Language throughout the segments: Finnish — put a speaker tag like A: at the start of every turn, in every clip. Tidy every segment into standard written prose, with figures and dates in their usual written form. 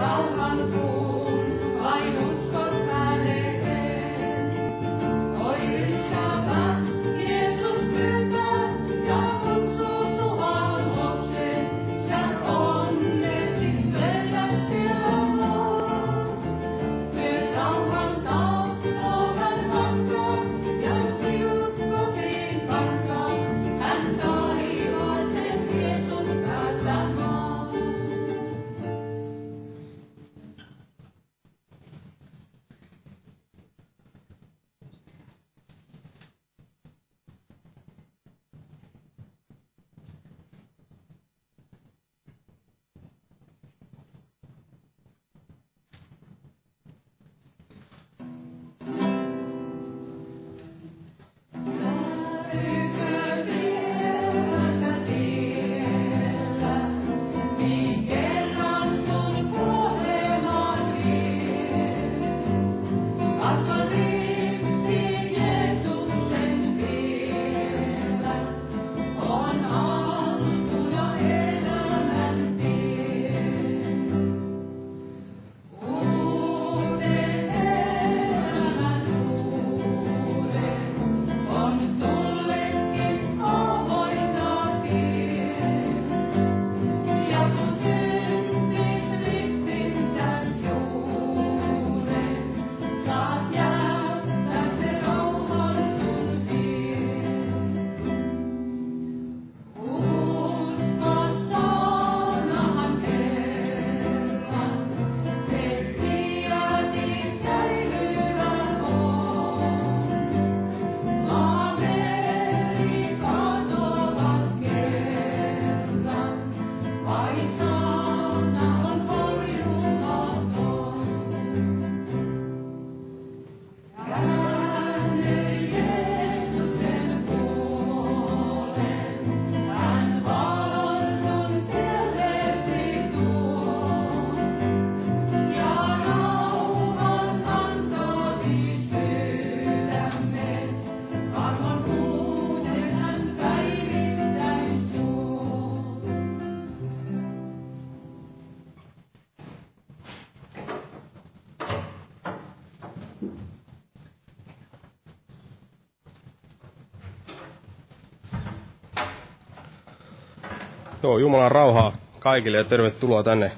A: Joo, Jumalan rauhaa kaikille ja tervetuloa tänne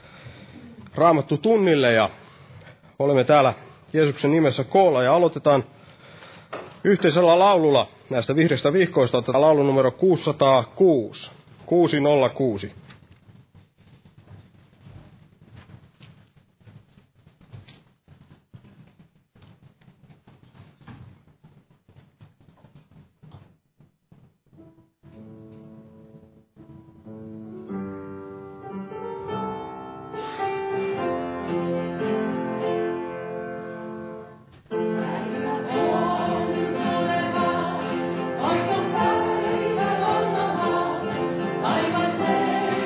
A: Raamattu tunnille. Ja olemme täällä Jeesuksen nimessä koolla ja aloitetaan yhteisellä laululla näistä vihreistä vihkoista. Otetaan laulu numero 606. 606.
B: Aivan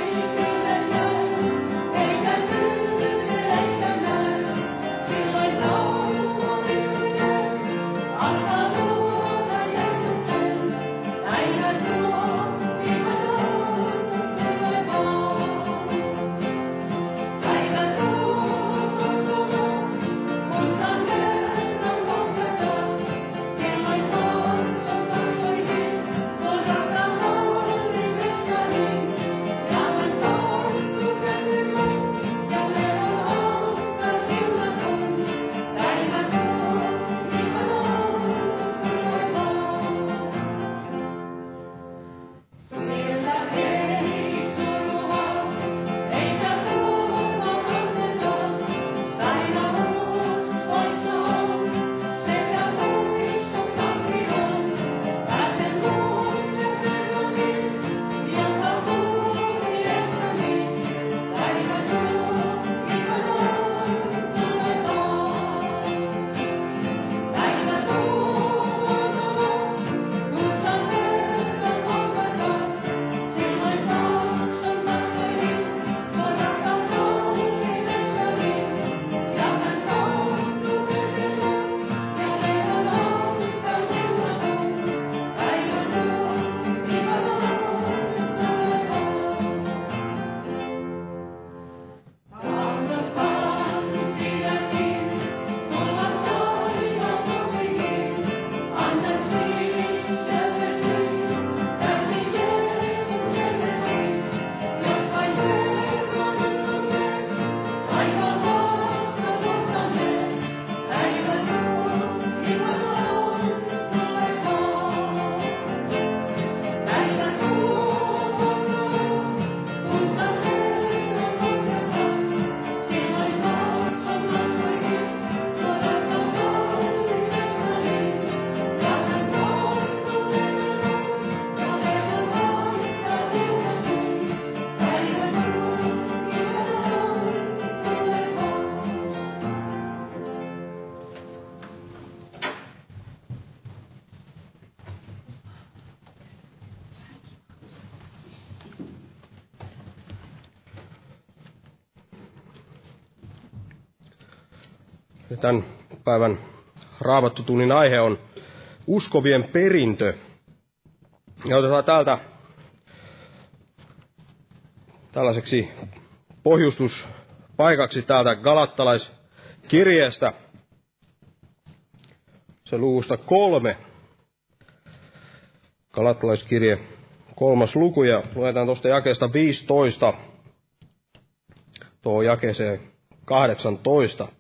A: Ja tämän päivän Raamattutunnin aihe on uskovien perintö. Ja otetaan täältä tällaiseksi pohjustuspaikaksi täältä Galattalaiskirjeestä, se luvusta 3. Galattalaiskirje 3. luku, ja luetaan tuosta jakeesta 15 tuohon jakeeseen 18.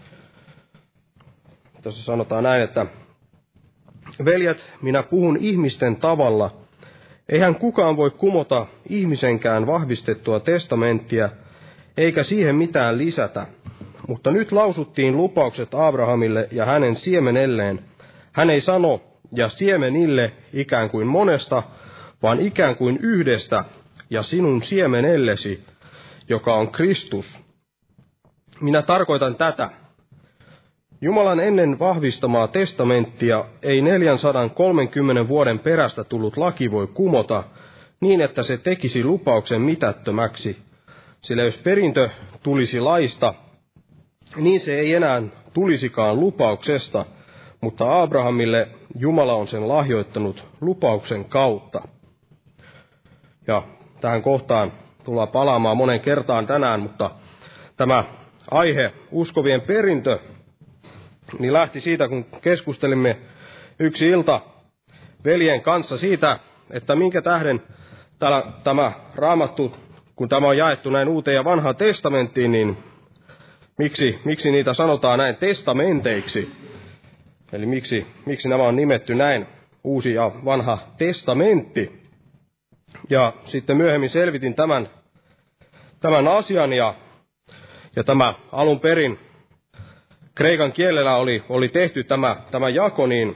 A: Tässä sanotaan näin, että veljet, minä puhun ihmisten tavalla. Eihän kukaan voi kumota ihmisenkään vahvistettua testamenttia, eikä siihen mitään lisätä. Mutta nyt lausuttiin lupaukset Abrahamille ja hänen siemenelleen. Hän ei sano ja siemenille ikään kuin monesta, vaan ikään kuin yhdestä ja sinun siemenellesi, joka on Kristus. Minä tarkoitan tätä. Jumalan ennen vahvistamaa testamenttia ei 430 vuoden perästä tullut laki voi kumota niin, että se tekisi lupauksen mitättömäksi. Sillä jos perintö tulisi laista, niin se ei enää tulisikaan lupauksesta, mutta Abrahamille Jumala on sen lahjoittanut lupauksen kautta. Ja tähän kohtaan tullaan palaamaan monen kertaan tänään, mutta tämä aihe, uskovien perintö, niin lähti siitä, kun keskustelimme yksi ilta veljen kanssa siitä, että minkä tähden tämä Raamattu, kun tämä on jaettu näin Uuteen ja Vanhaan testamenttiin, niin miksi niitä sanotaan näin testamenteiksi? Eli miksi nämä on nimetty näin, Uusi ja Vanha testamentti? Ja sitten myöhemmin selvitin tämän asian, ja tämä alun perin kreikan kielellä oli tehty tämä jako, niin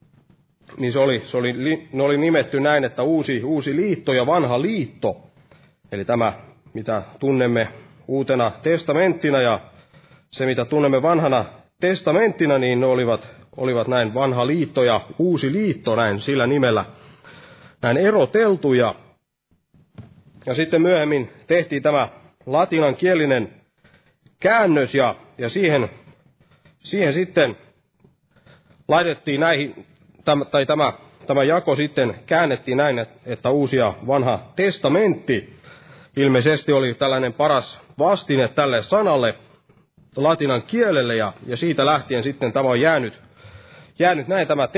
A: ne oli nimetty näin, että uusi liitto ja vanha liitto. Eli tämä, mitä tunnemme Uutena testamenttina ja se, mitä tunnemme Vanhana testamenttina, niin ne olivat näin vanha liitto ja uusi liitto näin sillä nimellä näin eroteltu. Ja sitten myöhemmin tehtiin tämä latinankielinen käännös ja siihen sitten laitettiin näihin, tämä jako sitten käännettiin näin, että Uusi ja Vanha testamentti ilmeisesti oli tällainen paras vastine tälle sanalle latinan kielelle, ja siitä lähtien sitten tämä on jäänyt näin, tämä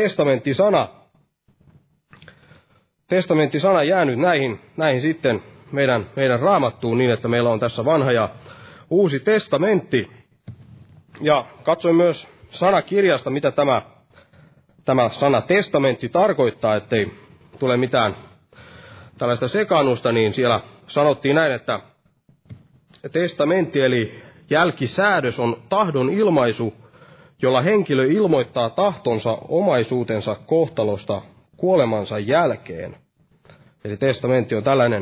A: testamenttisana jäänyt näihin sitten meidän Raamattuun niin, että meillä on tässä Vanha ja Uusi testamentti. Ja katsoin myös sanakirjasta, mitä tämä sana testamentti tarkoittaa, ettei tule mitään tällaista sekaannusta, niin siellä sanottiin näin, että testamentti eli jälkisäädös on tahdon ilmaisu, jolla henkilö ilmoittaa tahtonsa omaisuutensa kohtalosta kuolemansa jälkeen. Eli testamentti on tällainen,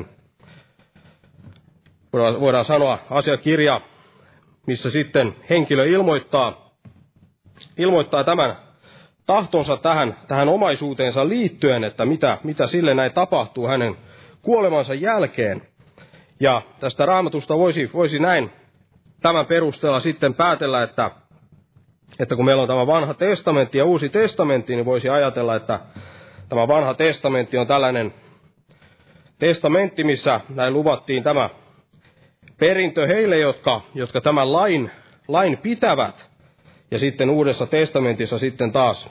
A: voidaan sanoa, asiakirja, missä sitten henkilö ilmoittaa tämän tahtonsa tähän omaisuuteensa liittyen, että mitä sille näin tapahtuu hänen kuolemansa jälkeen. Ja tästä Raamatusta voisi näin tämän perusteella sitten päätellä, että kun meillä on tämä Vanha testamentti ja Uusi testamentti, niin voisi ajatella, että tämä Vanha testamentti on tällainen testamentti, missä näin luvattiin tämä perintö heille, jotka tämän lain pitävät. Ja sitten Uudessa testamentissa sitten taas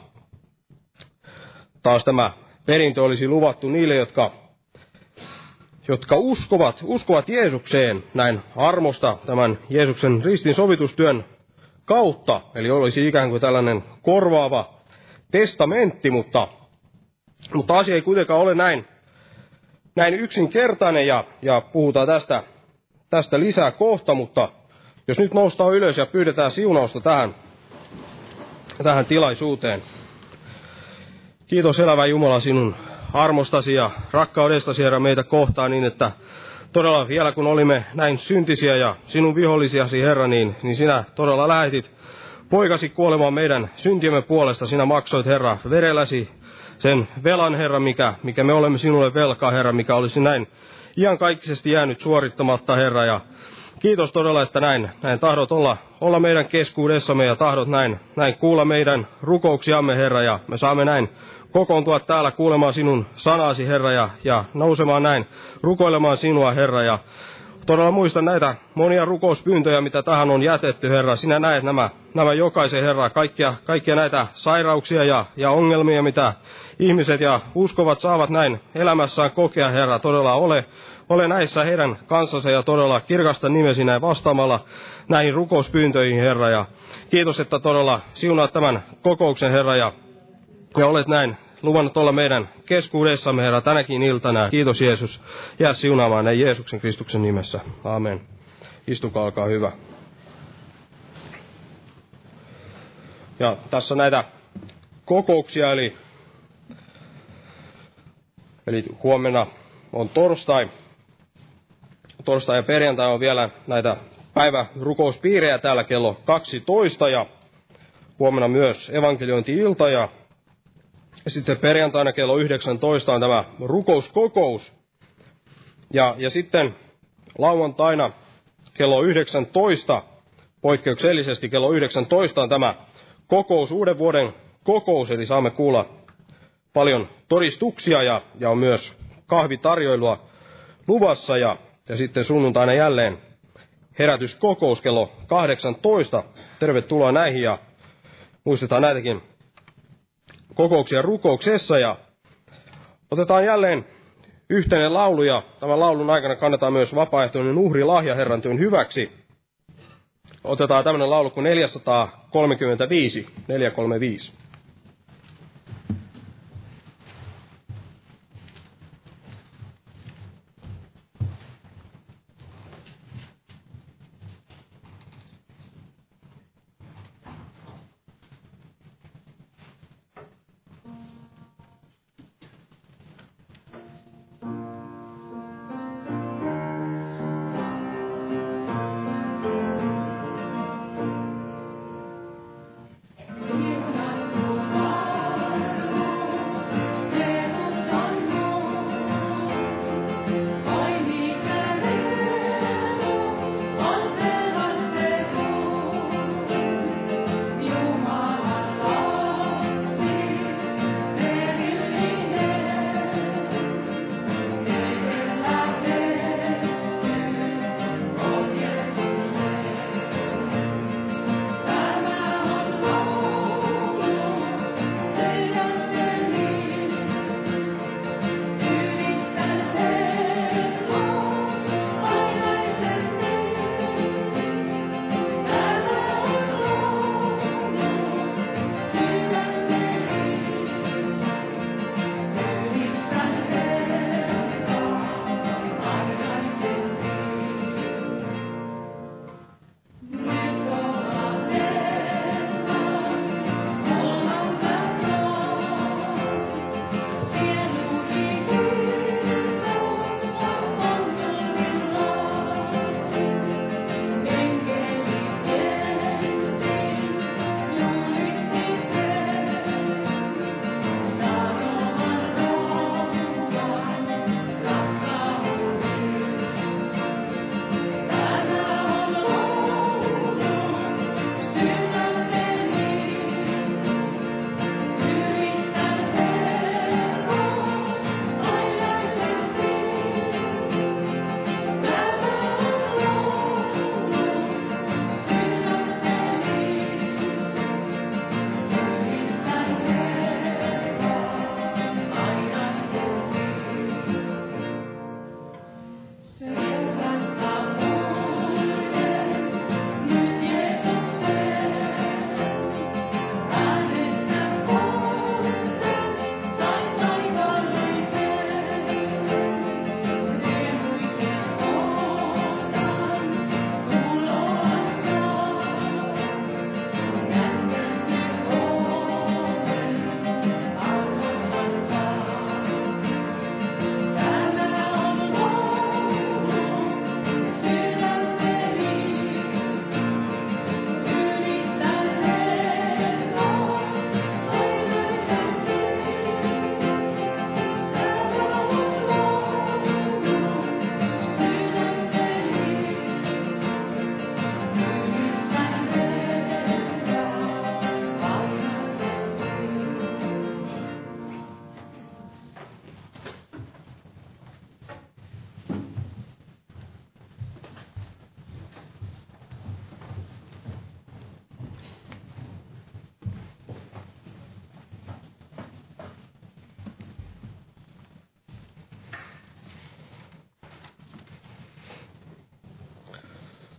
A: tämä perintö olisi luvattu niille, jotka uskovat Jeesukseen näin armosta tämän Jeesuksen ristin sovitustyön kautta. Eli olisi ikään kuin tällainen korvaava testamentti, mutta asia ei kuitenkaan ole näin yksinkertainen, ja puhutaan tästä lisää kohta, mutta jos nyt noustaan ylös ja pyydetään siunausta tähän tilaisuuteen. Kiitos elävä Jumala sinun armostasi ja rakkaudestasi, Herra, meitä kohtaan niin, että todella vielä kun olimme näin syntisiä ja sinun vihollisiasi, Herra, niin sinä todella lähetit poikasi kuolemaan meidän syntiemme puolesta. Sinä maksoit, Herra, verelläsi sen velan, Herra, mikä me olemme sinulle velkaa, Herra, mikä olisi näin iankaikkisesti jäänyt suorittamatta, Herra, ja kiitos todella, että näin tahdot olla meidän keskuudessamme ja tahdot näin kuulla meidän rukouksiamme, Herra, ja me saamme näin kokoontua täällä kuulemaan sinun sanasi, Herra, ja nousemaan näin rukoilemaan sinua, Herra, ja todella muistan näitä monia rukouspyyntöjä, mitä tähän on jätetty, Herra. Sinä näet nämä jokaisen, Herra, kaikkia näitä sairauksia ja ongelmia, mitä ihmiset ja uskovat saavat näin elämässään kokea, Herra. Todella ole näissä heidän kanssansa ja todella kirkasta nimesi näin vastaamalla näihin rukouspyyntöihin, Herra. Ja kiitos, että todella siunaat tämän kokouksen, Herra, ja olet näin luvannut olla meidän keskuudessamme, Herra, tänäkin iltana. Kiitos, Jeesus. Jää siunaamaan näin Jeesuksen Kristuksen nimessä. Amen. Istukaa, olkaa hyvä. Ja tässä näitä kokouksia, eli huomenna on torstai. Torstai ja perjantai on vielä näitä päivärukouspiirejä täällä kello 12 ja huomenna myös evankeliointi-ilta ja sitten perjantaina kello 19 on tämä rukouskokous. Ja sitten lauantaina kello 19, poikkeuksellisesti kello 19 on tämä kokous, uuden vuoden kokous, eli saamme kuulla paljon todistuksia ja on myös kahvitarjoilua luvassa. Ja sitten sunnuntaina jälleen herätyskokous kello 18. Tervetuloa näihin ja muistetaan näitäkin kokouksia rukouksessa ja otetaan jälleen yhteinen laulu ja tämän laulun aikana kannetaan myös vapaaehtoinen uhrilahja Herran työn hyväksi. Otetaan tämmöinen laulu kuin 435.
B: Thank you.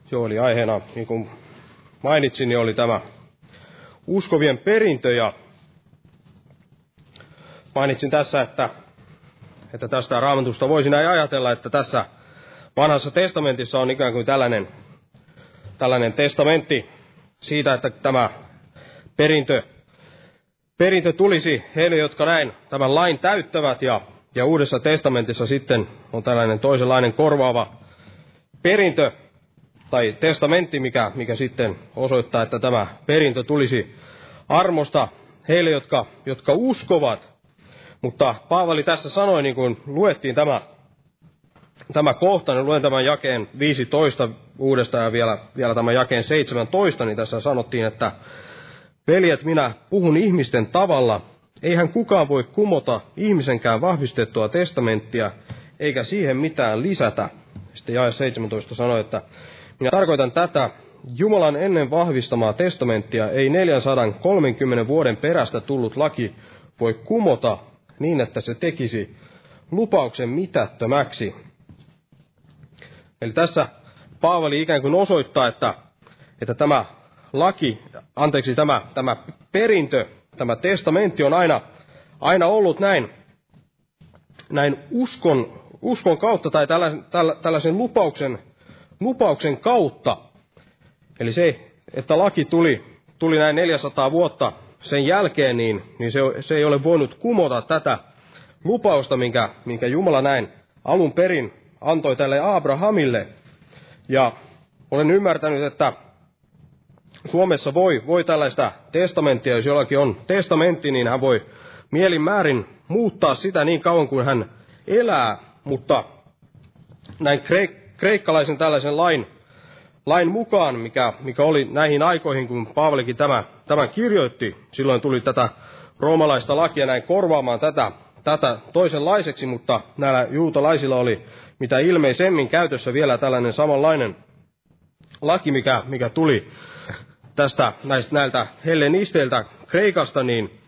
A: Joo, eli aiheena, niin kuin mainitsin, niin oli tämä uskovien perintö, ja mainitsin tässä, että tästä Raamatusta voisi näin ajatella, että tässä vanhassa testamentissa on ikään kuin tällainen testamentti siitä, että tämä perintö tulisi heille, jotka näin tämän lain täyttävät, ja Uudessa testamentissa sitten on tällainen toisenlainen korvaava perintö tai testamentti, mikä sitten osoittaa, että tämä perintö tulisi armosta heille, jotka uskovat. Mutta Paavali tässä sanoi, niin kuin luettiin tämä kohta, niin luen tämän jakeen 15 uudestaan ja vielä tämän jakeen 17, niin tässä sanottiin, että veljet, minä puhun ihmisten tavalla, eihän kukaan voi kumota ihmisenkään vahvistettua testamenttia, eikä siihen mitään lisätä. Sitten jae 17 sanoi, että minä tarkoitan tätä, Jumalan ennen vahvistamaa testamenttia ei 430 vuoden perästä tullut laki voi kumota niin, että se tekisi lupauksen mitättömäksi. Eli tässä Paavali ikään kuin osoittaa, että tämä laki, tämä perintö, tämä testamentti on aina ollut näin uskon kautta tai tällaisen lupauksen kautta. Eli se, että laki tuli näin 400 vuotta sen jälkeen, niin se ei ole voinut kumota tätä lupausta, minkä Jumala näin alun perin antoi tälle Abrahamille. Ja olen ymmärtänyt, että Suomessa voi tällaista testamenttia, jos jollakin on testamentti, niin hän voi mielin määrin muuttaa sitä niin kauan kuin hän elää, mutta näin kreikkalaisen tällaisen lain mukaan, mikä oli näihin aikoihin, kun Paavalikin tämän kirjoitti, silloin tuli tätä roomalaista lakia näin korvaamaan tätä toisenlaiseksi, mutta näillä juutalaisilla oli mitä ilmeisemmin käytössä vielä tällainen samanlainen laki, mikä tuli näiltä hellenisteiltä Kreikasta, niin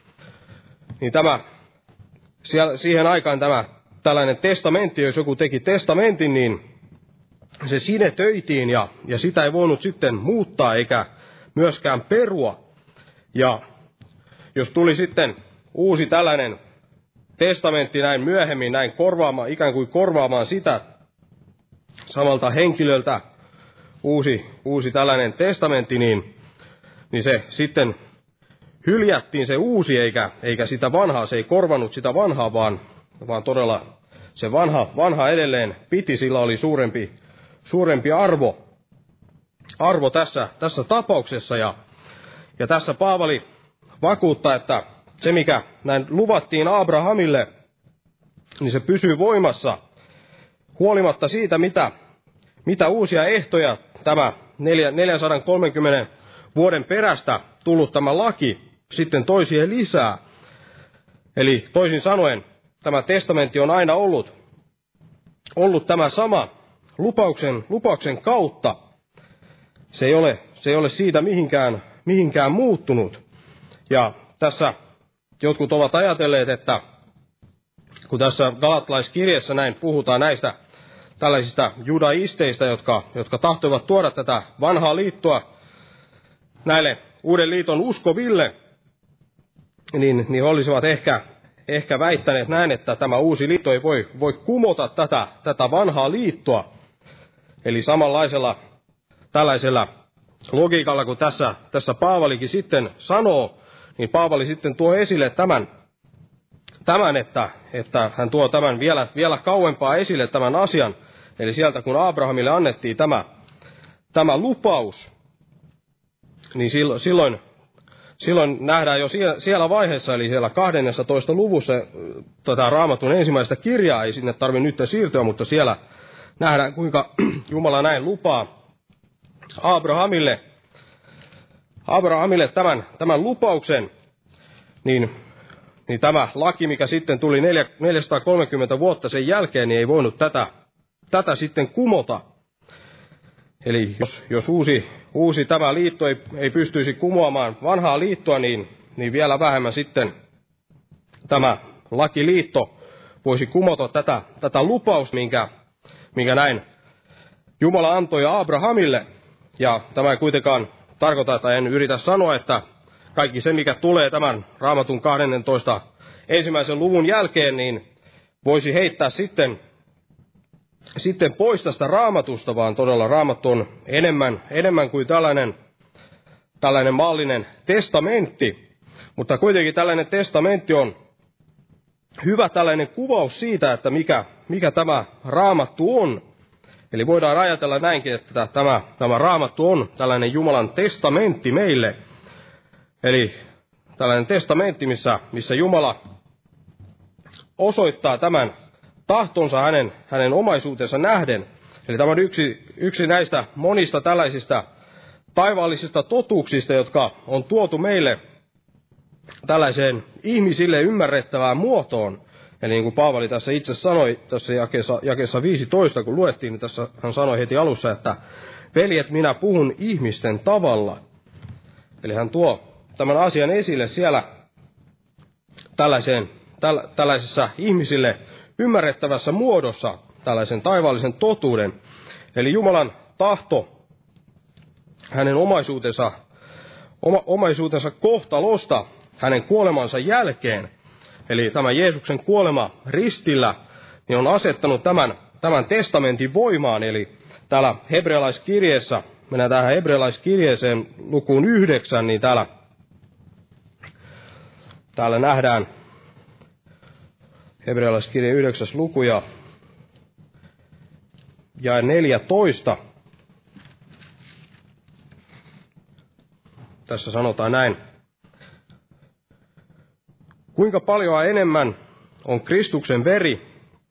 A: siihen aikaan tällainen testamentti, jos joku teki testamentin, niin se sinetöitiin ja sitä ei voinut sitten muuttaa eikä myöskään perua. Ja jos tuli sitten uusi tällainen testamentti näin myöhemmin, näin ikään kuin korvaamaan sitä samalta henkilöltä uusi tällainen testamentti, niin se sitten hyljättiin se uusi eikä sitä vanhaa, se ei korvannut sitä vanhaa, vaan todella se vanha edelleen piti, sillä oli suurempi arvo tässä tapauksessa. Ja tässä Paavali vakuuttaa, että se mikä näin luvattiin Abrahamille, niin se pysyy voimassa huolimatta siitä, mitä uusia ehtoja tämä 430 vuoden perästä tullut tämä laki sitten toi siihen lisää. Eli toisin sanoen tämä testamentti on aina ollut tämä sama lupauksen kautta. Se ei ole siitä mihinkään muuttunut. Ja tässä jotkut ovat ajatelleet, että kun tässä Galattalaiskirjassa näin puhutaan näistä tällaisista judaisteista, jotka tahtoivat tuoda tätä vanhaa liittoa näille uuden liiton uskoville, niin he olisivat ehkä väittäneet näin, että tämä uusi liitto ei voi kumota tätä vanhaa liittoa. Eli samanlaisella tällaisella logiikalla, kun tässä Paavalikin sitten sanoo, niin Paavali sitten tuo esille tämän että hän tuo tämän vielä kauempaa esille tämän asian. Eli sieltä kun Abrahamille annettiin tämä lupaus, niin silloin nähdään jo siellä vaiheessa, eli siellä 12 luvussa tätä Raamatun ensimmäistä kirjaa, ei sinne tarvitse nyt siirtyä, mutta siellä nähdään, kuinka Jumala näin lupaa Abrahamille tämän lupauksen, niin tämä laki, mikä sitten tuli 430 vuotta sen jälkeen, niin ei voinut tätä sitten kumota. Eli jos uusi tämä liitto ei pystyisi kumoamaan vanhaa liittoa, niin vielä vähemmän sitten tämä lakiliitto voisi kumota tätä lupausta, minkä näin Jumala antoi Abrahamille. Ja tämä ei kuitenkaan tarkoita, tai en yritä sanoa, että kaikki se, mikä tulee tämän Raamatun 12 ensimmäisen luvun jälkeen, niin voisi heittää sitten pois tästä Raamatusta, vaan todella Raamattu on enemmän kuin tällainen maallinen testamentti. Mutta kuitenkin tällainen testamentti on hyvä tällainen kuvaus siitä, että mikä tämä Raamattu on. Eli voidaan ajatella näinkin, että tämä Raamattu on tällainen Jumalan testamentti meille. Eli tällainen testamentti, missä Jumala osoittaa tämän tahtonsa hänen omaisuutensa nähden. Eli tämä on yksi näistä monista tällaisista taivaallisista totuuksista, jotka on tuotu meille tällaiseen ihmisille ymmärrettävään muotoon. Eli niin kuin Paavali tässä itse sanoi, tässä jakeessa 15, kun luettiin, niin tässä hän sanoi heti alussa, että veljet, minä puhun ihmisten tavalla. Eli hän tuo tämän asian esille siellä tällaisessa ihmisille ymmärrettävässä muodossa, tällaisen taivaallisen totuuden. Eli Jumalan tahto hänen omaisuutensa kohtalosta hänen kuolemansa jälkeen. Eli tämä Jeesuksen kuolema ristillä niin on asettanut tämän testamentin voimaan. Eli täällä hebrealaiskirjeessä, mennään tähän hebrealaiskirjeeseen lukuun 9, niin täällä nähdään hebrealaiskirje 9. luku ja 14. Tässä sanotaan näin. Kuinka paljon enemmän on Kristuksen veri,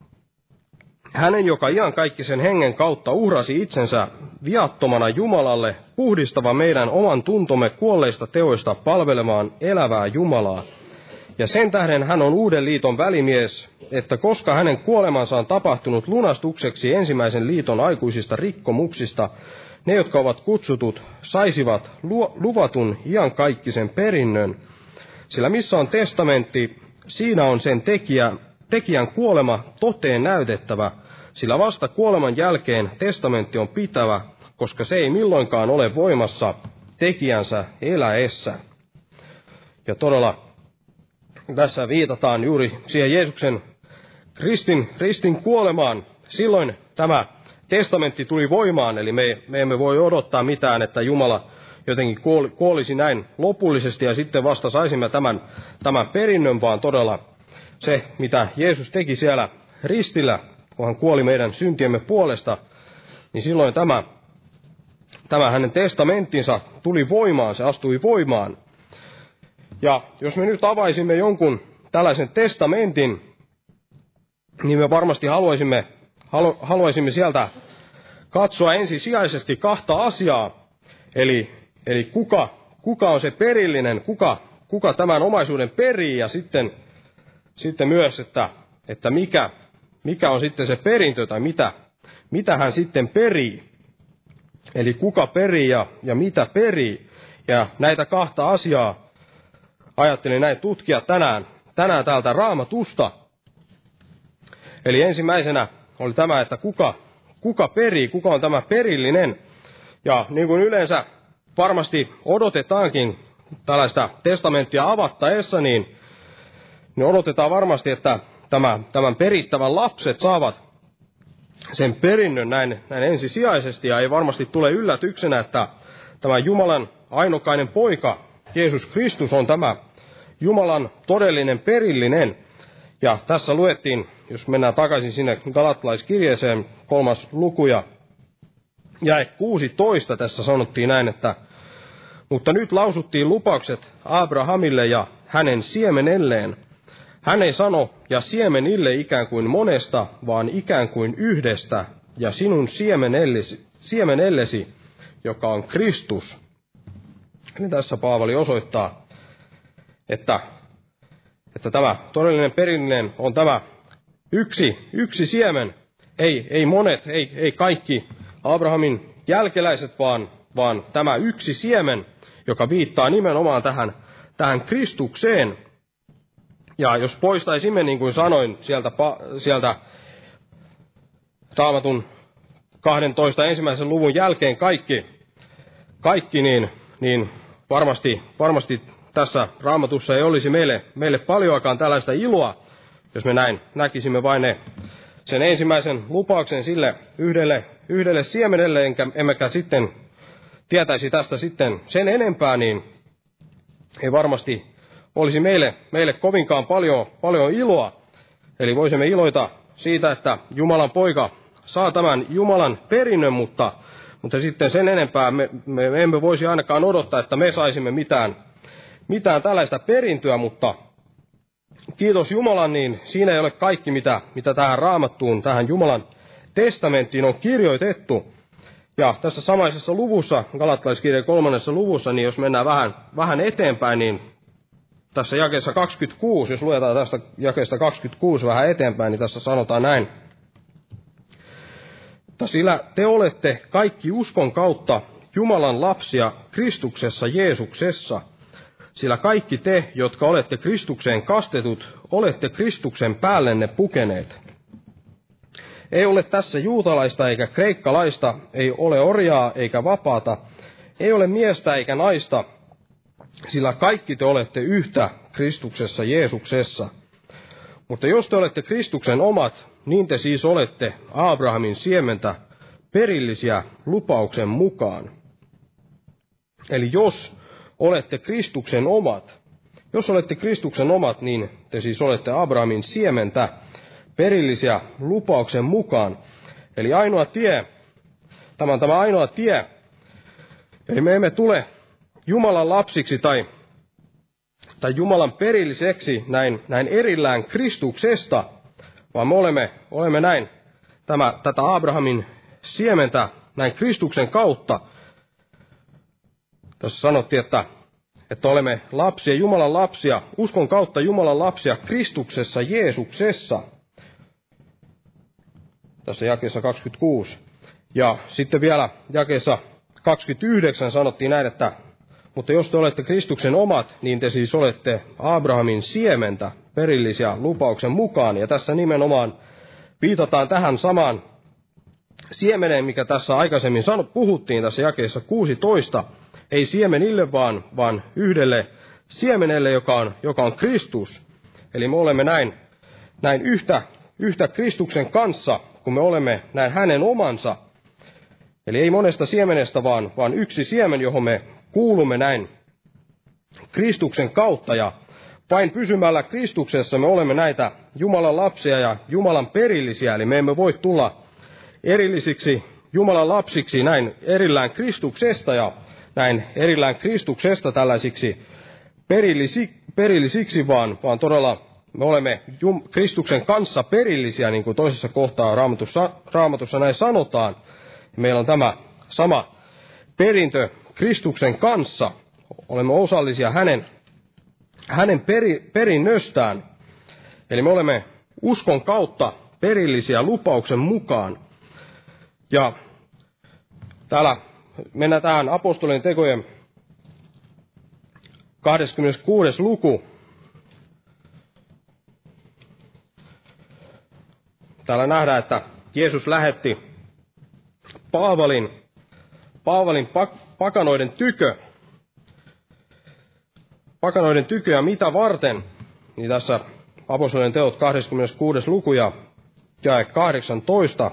A: hänen, joka iankaikkisen hengen kautta uhrasi itsensä viattomana Jumalalle, puhdistava meidän oman tuntomme kuolleista teoista palvelemaan elävää Jumalaa. Ja sen tähden hän on uuden liiton välimies, että koska hänen kuolemansa on tapahtunut lunastukseksi ensimmäisen liiton aikuisista rikkomuksista, ne, jotka ovat kutsutut, saisivat luvatun iankaikkisen perinnön. Sillä missä on testamentti, siinä on sen tekijän kuolema toteen näytettävä, sillä vasta kuoleman jälkeen testamentti on pitävä, koska se ei milloinkaan ole voimassa tekijänsä eläessä. Ja todella tässä viitataan juuri siihen Jeesuksen ristin kuolemaan. Silloin tämä testamentti tuli voimaan, eli me emme voi odottaa mitään, että Jumala jotenkin kuolisi näin lopullisesti ja sitten vasta saisimme tämän perinnön, vaan todella se, mitä Jeesus teki siellä ristillä, kun hän kuoli meidän syntiemme puolesta, niin silloin tämä hänen testamenttinsa tuli voimaan, se astui voimaan. Ja jos me nyt avaisimme jonkun tällaisen testamentin, niin me varmasti haluaisimme sieltä katsoa ensisijaisesti kahta asiaa. Eli kuka on se perillinen, kuka tämän omaisuuden perii, ja sitten myös, että mikä on sitten se perintö, tai mitä hän sitten perii. Eli kuka perii ja mitä perii. Ja näitä kahta asiaa ajattelin näin tutkia tänään täältä Raamatusta. Eli ensimmäisenä oli tämä, että kuka perii, kuka on tämä perillinen. Ja niin kuin yleensä varmasti odotetaankin tällaista testamenttia avattaessa, niin odotetaan varmasti, että tämän perittävän lapset saavat sen perinnön näin ensisijaisesti. Ja ei varmasti tule yllätyksenä, että tämä Jumalan ainokainen poika, Jeesus Kristus, on tämä Jumalan todellinen perillinen. Ja tässä luettiin, jos mennään takaisin sinne Galattalaiskirjeeseen 3. luku ja jae 16, tässä sanottiin näin, että mutta nyt lausuttiin lupaukset Abrahamille ja hänen siemenelleen. Hän ei sano ja siemenille ikään kuin monesta, vaan ikään kuin yhdestä, ja sinun siemenellesi, joka on Kristus. Eli tässä Paavali osoittaa, että tämä todellinen perillinen on tämä yksi siemen, ei monet, ei kaikki Abrahamin jälkeläiset, vaan tämä yksi siemen, joka viittaa nimenomaan tähän Kristukseen. Ja jos poistaisimme, niin kuin sanoin, sieltä Raamatun 12 ensimmäisen luvun jälkeen kaikki kaikki, niin varmasti tässä Raamatussa ei olisi meille paljoakaan tällaista iloa, jos me näin näkisimme vain sen ensimmäisen lupauksen sille yhdelle siemenelle, emmekä sitten tietäisi tästä sitten sen enempää, niin ei varmasti olisi meille kovinkaan paljon iloa. Eli voisimme iloita siitä, että Jumalan poika saa tämän Jumalan perinnön, mutta sitten sen enempää me emme voisi ainakaan odottaa, että me saisimme mitään tällaista perintöä, mutta kiitos Jumalan, niin siinä ei ole kaikki, mitä tähän Raamattuun, tähän Jumalan testamenttiin on kirjoitettu. Ja tässä samaisessa luvussa, Galattalaiskirjan 3. luvussa, niin jos mennään vähän eteenpäin, niin tässä jakeessa 26, jos luetaan tästä jakeesta 26 vähän eteenpäin, niin tässä sanotaan näin. Sillä te olette kaikki uskon kautta Jumalan lapsia Kristuksessa Jeesuksessa. Sillä kaikki te, jotka olette Kristukseen kastetut, olette Kristuksen päällenne pukeneet. Ei ole tässä juutalaista eikä kreikkalaista, ei ole orjaa eikä vapaata, ei ole miestä eikä naista, sillä kaikki te olette yhtä Kristuksessa Jeesuksessa. Mutta jos te olette Kristuksen omat, niin te siis olette Abrahamin siementä, perillisiä lupauksen mukaan. Eli jos olette Kristuksen omat, niin te siis olette Abrahamin siementä, perillisiä lupauksen mukaan. Eli ainoa tie, tämä on tämä ainoa tie, eli me emme tule Jumalan lapsiksi tai Jumalan perilliseksi näin erillään Kristuksesta, vaan me olemme näin tätä Abrahamin siementä näin Kristuksen kautta. Tässä sanottiin, että olemme lapsia, Jumalan lapsia, uskon kautta Jumalan lapsia Kristuksessa Jeesuksessa. Tässä jakeessa 26. Ja sitten vielä jakeessa 29 sanottiin näin, että mutta jos te olette Kristuksen omat, niin te siis olette Abrahamin siementä, perillisiä lupauksen mukaan. Ja tässä nimenomaan viitataan tähän samaan siemeneen, mikä tässä aikaisemmin puhuttiin tässä jakeessa 16. Ei siemenille, vaan yhdelle siemenelle, joka on Kristus. Eli me olemme näin yhtä Kristuksen kanssa, kun me olemme näin hänen omansa. Eli ei monesta siemenestä, vaan yksi siemen, johon me kuulumme näin Kristuksen kautta. Ja vain pysymällä Kristuksessa me olemme näitä Jumalan lapsia ja Jumalan perillisiä. Eli me emme voi tulla erillisiksi Jumalan lapsiksi näin erillään Kristuksesta ja näin erillään Kristuksesta tällaisiksi perillisiksi, vaan todella me olemme Kristuksen kanssa perillisiä, niin kuin toisessa kohtaa Raamatussa näin sanotaan. Meillä on tämä sama perintö Kristuksen kanssa. Olemme osallisia hänen perinnöstään. Eli me olemme uskon kautta perillisiä lupauksen mukaan. Ja täällä mennään tähän apostolien tekojen 26. luku. Täällä nähdään, että Jeesus lähetti Paavalin pakanoiden tykö ja mitä varten, niin tässä apostolien teot 26. luku ja jae 18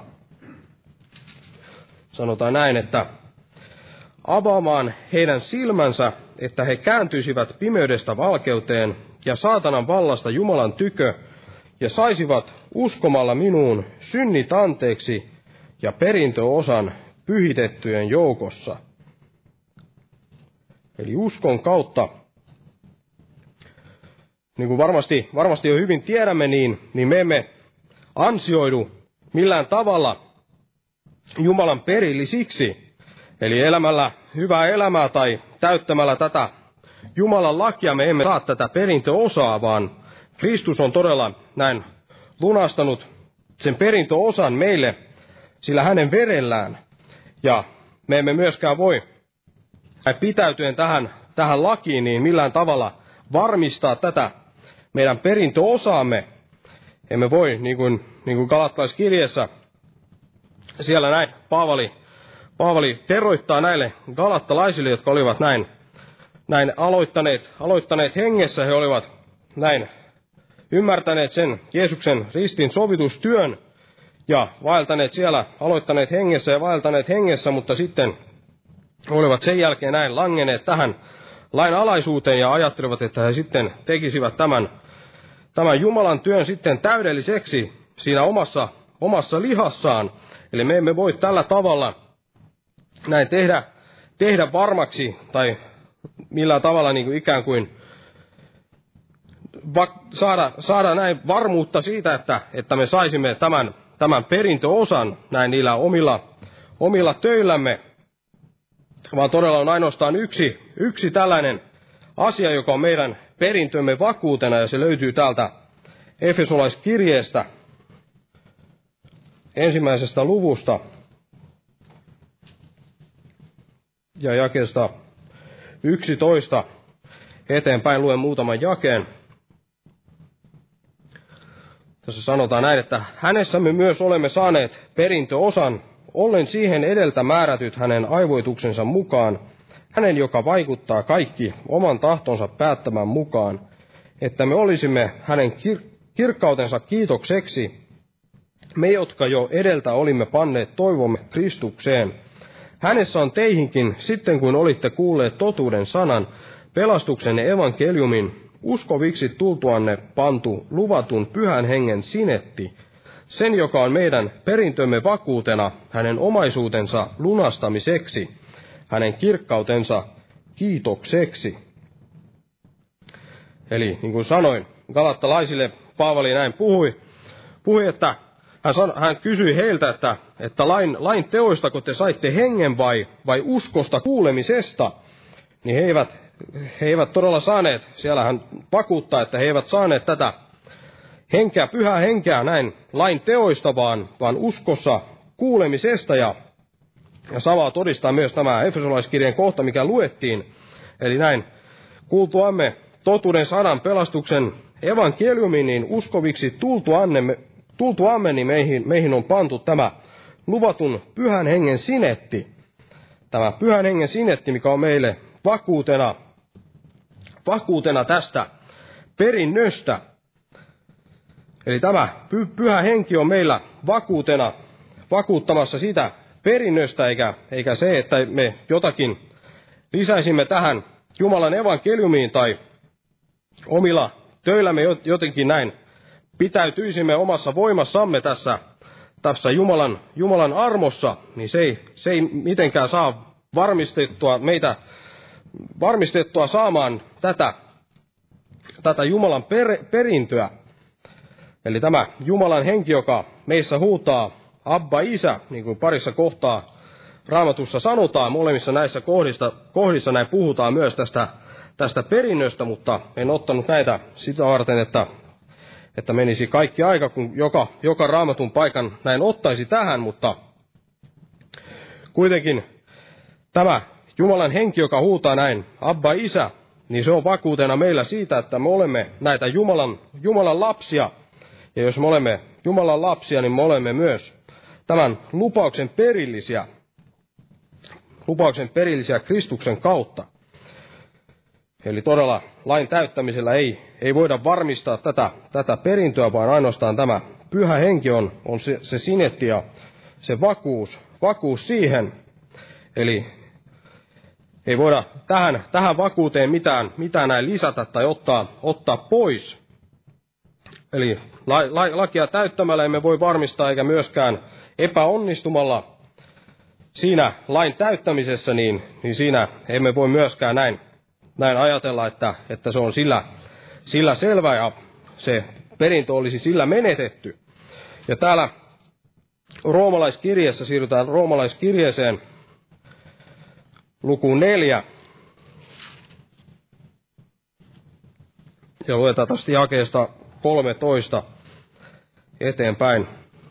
A: sanotaan näin, että avaamaan heidän silmänsä, että he kääntyisivät pimeydestä valkeuteen ja saatanan vallasta Jumalan tykö ja saisivat uskomalla minuun synnit anteeksi ja perintöosan pyhitettyjen joukossa. Eli uskon kautta, niin kuin varmasti jo hyvin tiedämme, niin me emme ansioidu millään tavalla Jumalan perillisiksi. Eli elämällä hyvää elämää tai täyttämällä tätä Jumalan lakia me emme saa tätä perintöosaa, vaan Kristus on todella näin lunastanut sen perintöosan meille sillä hänen verellään. Ja me emme myöskään voi pitäytyen tähän lakiin niin millään tavalla varmistaa tätä meidän perintöosaamme. Emme voi, niin kuin Galattalaiskirjeessä siellä näin Paavali teroittaa näille galattalaisille, jotka olivat näin aloittaneet hengessä. He olivat näin ymmärtäneet sen Jeesuksen ristin sovitustyön ja aloittaneet hengessä ja vaeltaneet hengessä, mutta sitten olivat sen jälkeen näin langenneet tähän lain alaisuuteen ja ajattelivat, että he sitten tekisivät tämän Jumalan työn sitten täydelliseksi siinä omassa lihassaan. Eli me emme voi tällä tavalla näin tehdä varmaksi tai millään tavalla niin kuin ikään kuin saada näin varmuutta siitä, että me saisimme tämän perintöosan näin niillä omilla töillämme, vaan todella on ainoastaan yksi tällainen asia, joka on meidän perintömme vakuutena, ja se löytyy täältä Efesolaiskirjeestä 1. luvusta ja jakeesta 11 eteenpäin luen muutaman jakeen. Tässä sanotaan näin, että hänessä me myös olemme saaneet perintöosan, ollen siihen edeltä määrätyt hänen aivoituksensa mukaan, hänen joka vaikuttaa kaikki oman tahtonsa päättämän mukaan, että me olisimme hänen kirkkautensa kiitokseksi, me jotka jo edeltä olimme panneet toivomme Kristukseen. Hänessä on teihinkin, sitten kun olitte kuulleet totuuden sanan, pelastuksenne evankeliumin, uskoviksi tultuanne pantu luvatun pyhän hengen sinetti, sen joka on meidän perintömme vakuutena hänen omaisuutensa lunastamiseksi, hänen kirkkautensa kiitokseksi. Eli niin kuin sanoin, galattalaisille Paavali näin puhui, että hän kysyi heiltä, että lain teoistako te saitte hengen vai uskosta kuulemisesta, niin he eivät todella saaneet, siellä hän vakuuttaa, että he eivät saaneet tätä henkeä, pyhää henkeä näin lain teoista, vaan uskossa kuulemisesta, ja samaa todistaa myös tämä Efesolaiskirjeen kohta, mikä luettiin, eli näin kuultuamme totuuden sanan pelastuksen evankeliumiin, niin uskoviksi tultuamme, niin meihin on pantu tämä luvatun pyhän hengen sinetti. Tämä pyhän hengen sinetti, mikä on meille vakuutena tästä perinnöstä. Eli tämä pyhä henki on meillä vakuuttamassa sitä perinnöstä, eikä se, että me jotakin lisäisimme tähän Jumalan evankeliumiin tai omilla töillämme jotenkin näin pitäytyisimme omassa voimassamme tässä Jumalan armossa, niin se ei mitenkään saa varmistettua saamaan tätä Jumalan perintöä. Eli tämä Jumalan henki, joka meissä huutaa Abba Isä, niin kuin parissa kohtaa Raamatussa sanotaan, molemmissa näissä kohdissa näin puhutaan myös tästä perinnöstä, mutta en ottanut näitä sitä varten, että menisi kaikki aika, kun joka Raamatun paikan näin ottaisi tähän, mutta kuitenkin tämä Jumalan henki, joka huutaa näin Abba Isä, niin se on vakuutena meillä siitä, että me olemme näitä Jumalan lapsia, ja jos me olemme Jumalan lapsia, niin me olemme myös tämän lupauksen perillisiä Kristuksen kautta. Eli todella lain täyttämisellä ei voida varmistaa tätä perintöä, vaan ainoastaan tämä pyhä henki on se sinetti ja se vakuus siihen. Eli ei voida tähän vakuuteen mitään näin lisätä tai ottaa pois. Eli lakia täyttämällä emme voi varmistaa, eikä myöskään epäonnistumalla siinä lain täyttämisessä, niin siinä emme voi myöskään näin ajatella, että se on sillä selvä ja se perintö olisi sillä menetetty. Ja täällä Roomalaiskirjeessä, siirrytään Roomalaiskirjeeseen lukuun 4. Ja luetaan tästä jakeesta 13 eteenpäin.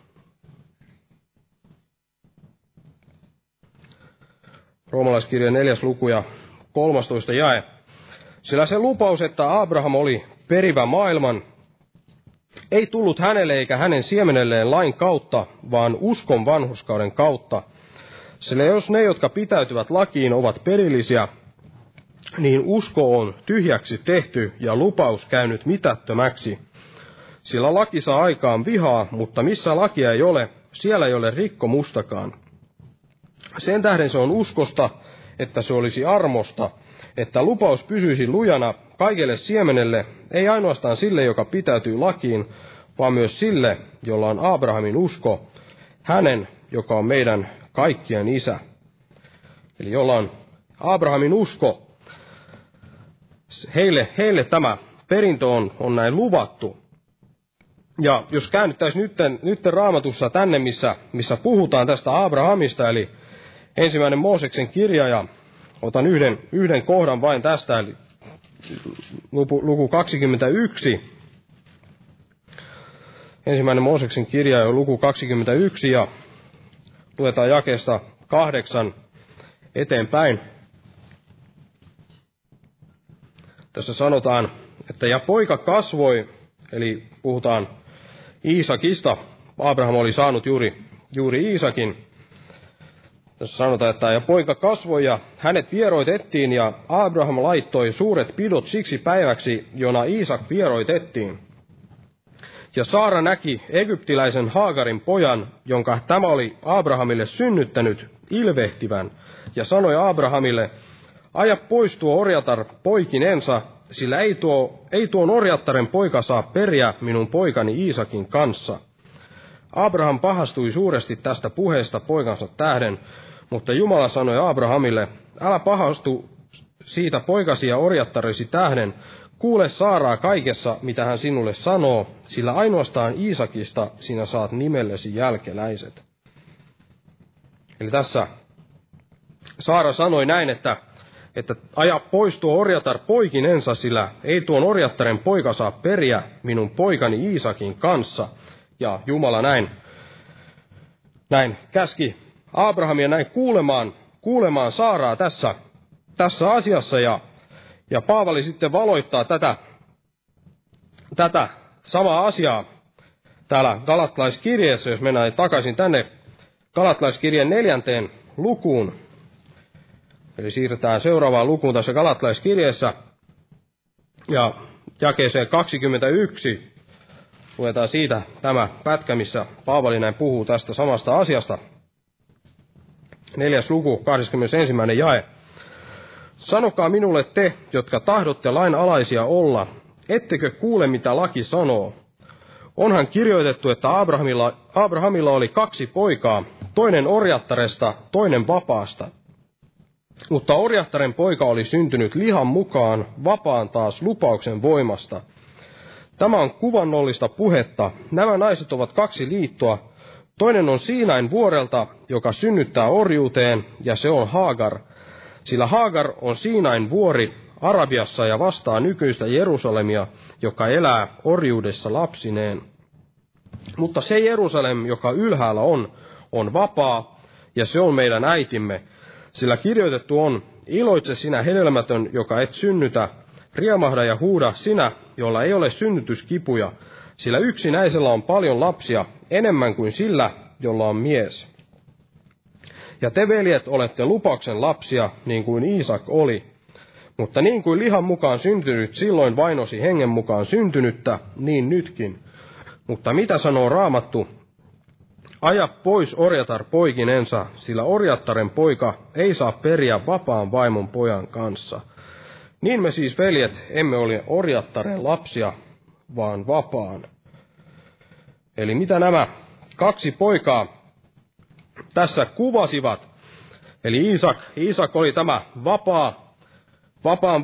A: Roomalaiskirjeen 4. luku ja 13 jae. Sillä se lupaus, että Abraham oli perivä maailman, ei tullut hänelle eikä hänen siemenelleen lain kautta, vaan uskon vanhurskauden kautta. Sillä jos ne, jotka pitäytyvät lakiin, ovat perillisiä, niin usko on tyhjäksi tehty ja lupaus käynyt mitättömäksi. Sillä laki saa aikaan vihaa, mutta missä lakia ei ole, siellä ei ole rikkomustakaan. Sen tähden se on uskosta, että se olisi armosta, että lupaus pysyisi lujana kaikelle siemenelle, ei ainoastaan sille, joka pitäytyy lakiin, vaan myös sille, jolla on Abrahamin usko, hänen, joka on meidän kaikkien isä. Eli jolla on Abrahamin usko, heille tämä perintö on näin luvattu. Ja jos käännyttäisiin nyt Raamatussa tänne, missä puhutaan tästä Abrahamista, eli 1. Mooseksen kirja, ja otan yhden kohdan vain tästä, eli luku 21. 1. Mooseksen kirja ja luku 21, ja luetaan jakeesta 8 eteenpäin. Tässä sanotaan, että ja poika kasvoi, eli puhutaan Iisakista. Abraham oli saanut juuri Iisakin. Tässä sanotaan, että ja poika kasvoi ja hänet vieroitettiin ja Abraham laittoi suuret pidot siksi päiväksi, jona Iisak vieroitettiin. Ja Saara näki egyptiläisen Haagarin pojan, jonka tämä oli Abrahamille synnyttänyt, ilvehtivän, ja sanoi Abrahamille, aja pois tuo orjatar poikinensa, sillä ei tuon orjattaren poika saa periä minun poikani Iisakin kanssa. Abraham pahastui suuresti tästä puheesta poikansa tähden, mutta Jumala sanoi Abrahamille, älä pahastu siitä poikasi ja orjattaresi tähden, kuule Saaraa kaikessa, mitä hän sinulle sanoo, sillä ainoastaan Iisakista sinä saat nimellesi jälkeläiset. Eli tässä Saara sanoi näin, että aja pois tuo orjatar poikinensa, sillä ei tuon orjattaren poika saa periä minun poikani Iisakin kanssa. Ja Jumala näin käski Abrahamia näin kuulemaan Saaraa tässä asiassa, ja Paavali sitten valoittaa tätä samaa asiaa täällä Galattalaiskirjeessä, jos mennään takaisin tänne Galattalaiskirjeen 4. lukuun. Eli siirrytään seuraavaan lukuun tässä Galattalaiskirjeessä, ja jakeeseen 21 luetaan siitä tämä pätkä, missä Paavali näin puhuu tästä samasta asiasta. 4. luku, 21. jae. Sanokaa minulle te, jotka tahdotte lain alaisia olla, ettekö kuule mitä laki sanoo? Onhan kirjoitettu, että Abrahamilla oli 2 poikaa, toinen orjattaresta, toinen vapaasta. Mutta orjattaren poika oli syntynyt lihan mukaan, vapaan taas lupauksen voimasta. Tämä on kuvannollista puhetta. Nämä naiset ovat 2 liittoa. Toinen on Siinain vuorelta, joka synnyttää orjuuteen, ja se on Haagar. Sillä Haagar on Siinain vuori Arabiassa ja vastaa nykyistä Jerusalemia, joka elää orjuudessa lapsineen. Mutta se Jerusalem, joka ylhäällä on vapaa, ja se on meidän äitimme. Sillä kirjoitettu on, iloitse sinä hedelmätön, joka et synnytä, riemahda ja huuda sinä, jolla ei ole synnytyskipuja, sillä yksinäisellä on paljon lapsia, enemmän kuin sillä, jolla on mies. Ja te, veljet, olette lupauksen lapsia, niin kuin Iisak oli. Mutta niin kuin lihan mukaan syntynyt silloin vainosi hengen mukaan syntynyttä, niin nytkin. Mutta mitä sanoo Raamattu? Aja pois orjatar poikinensa, sillä orjattaren poika ei saa periä vapaan vaimon pojan kanssa. Niin me siis, veljet, emme ole orjattaren lapsia, vaan vapaan. Eli mitä nämä 2 poikaa tässä kuvasivat? Eli Iisak oli tämä vapaan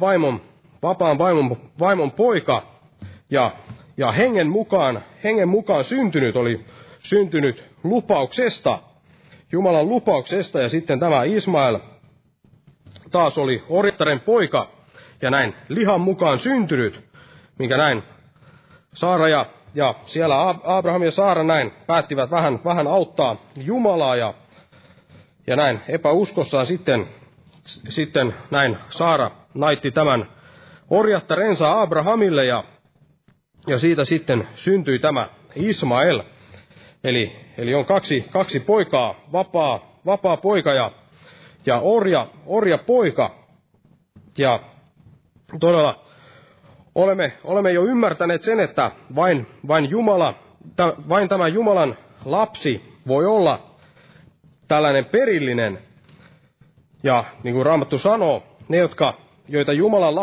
A: vaimon poika, ja hengen mukaan syntynyt oli syntynyt lupauksesta, Jumalan lupauksesta, ja sitten tämä Ismael taas oli orjattaren poika, ja näin lihan mukaan syntynyt, minkä näin Saara ja siellä Abraham ja Saara näin päättivät vähän auttaa Jumalaa, ja näin epäuskossaan sitten näin Saara naitti tämän orjattarensa Abrahamille, ja siitä sitten syntyi tämä Ismael. Eli on kaksi poikaa, vapaa poika ja orja poika. Ja todella olemme jo ymmärtäneet sen, että vain tämä Jumalan lapsi voi olla tällainen perillinen. Ja niin kuin Raamattu sanoo, joita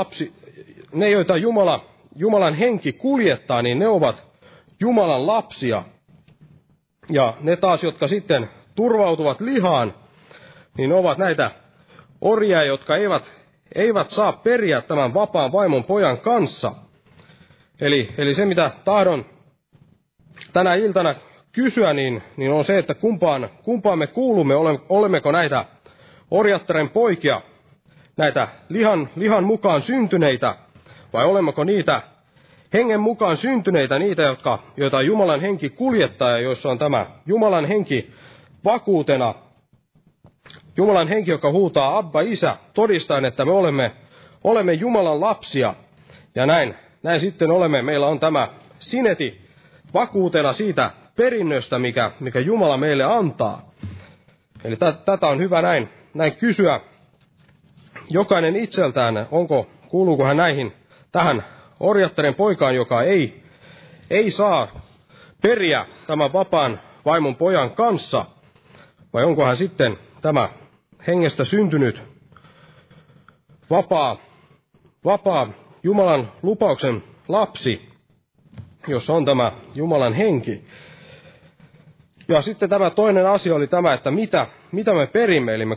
A: Jumalan henki kuljettaa, niin ne ovat Jumalan lapsia. Ja ne taas, jotka sitten turvautuvat lihaan, niin ovat näitä orjia, jotka eivät saa periä tämän vapaan vaimon pojan kanssa. Eli se, mitä tahdon tänä iltana kysyä, niin on se, että kumpaan me kuulumme, olemmeko näitä orjattaren poikia, näitä lihan mukaan syntyneitä, vai olemmeko niitä hengen mukaan syntyneitä, niitä, joita Jumalan henki kuljettaa, ja joissa on tämä Jumalan henki vakuutena. Jumalan henki, joka huutaa Abba, Isä, todistaen, että me olemme Jumalan lapsia. Ja näin sitten meillä on tämä sineti vakuutena siitä perinnöstä, mikä Jumala meille antaa. Eli tätä on hyvä näin kysyä jokainen itseltään, kuuluuko hän tähän orjattaren poikaan, joka ei saa periä tämän vapaan vaimon pojan kanssa, vai onko hän sitten tämä hengestä syntynyt vapaa Jumalan lupauksen lapsi, jossa on tämä Jumalan henki. Ja sitten tämä toinen asia oli tämä, että mitä me perimme. Eli me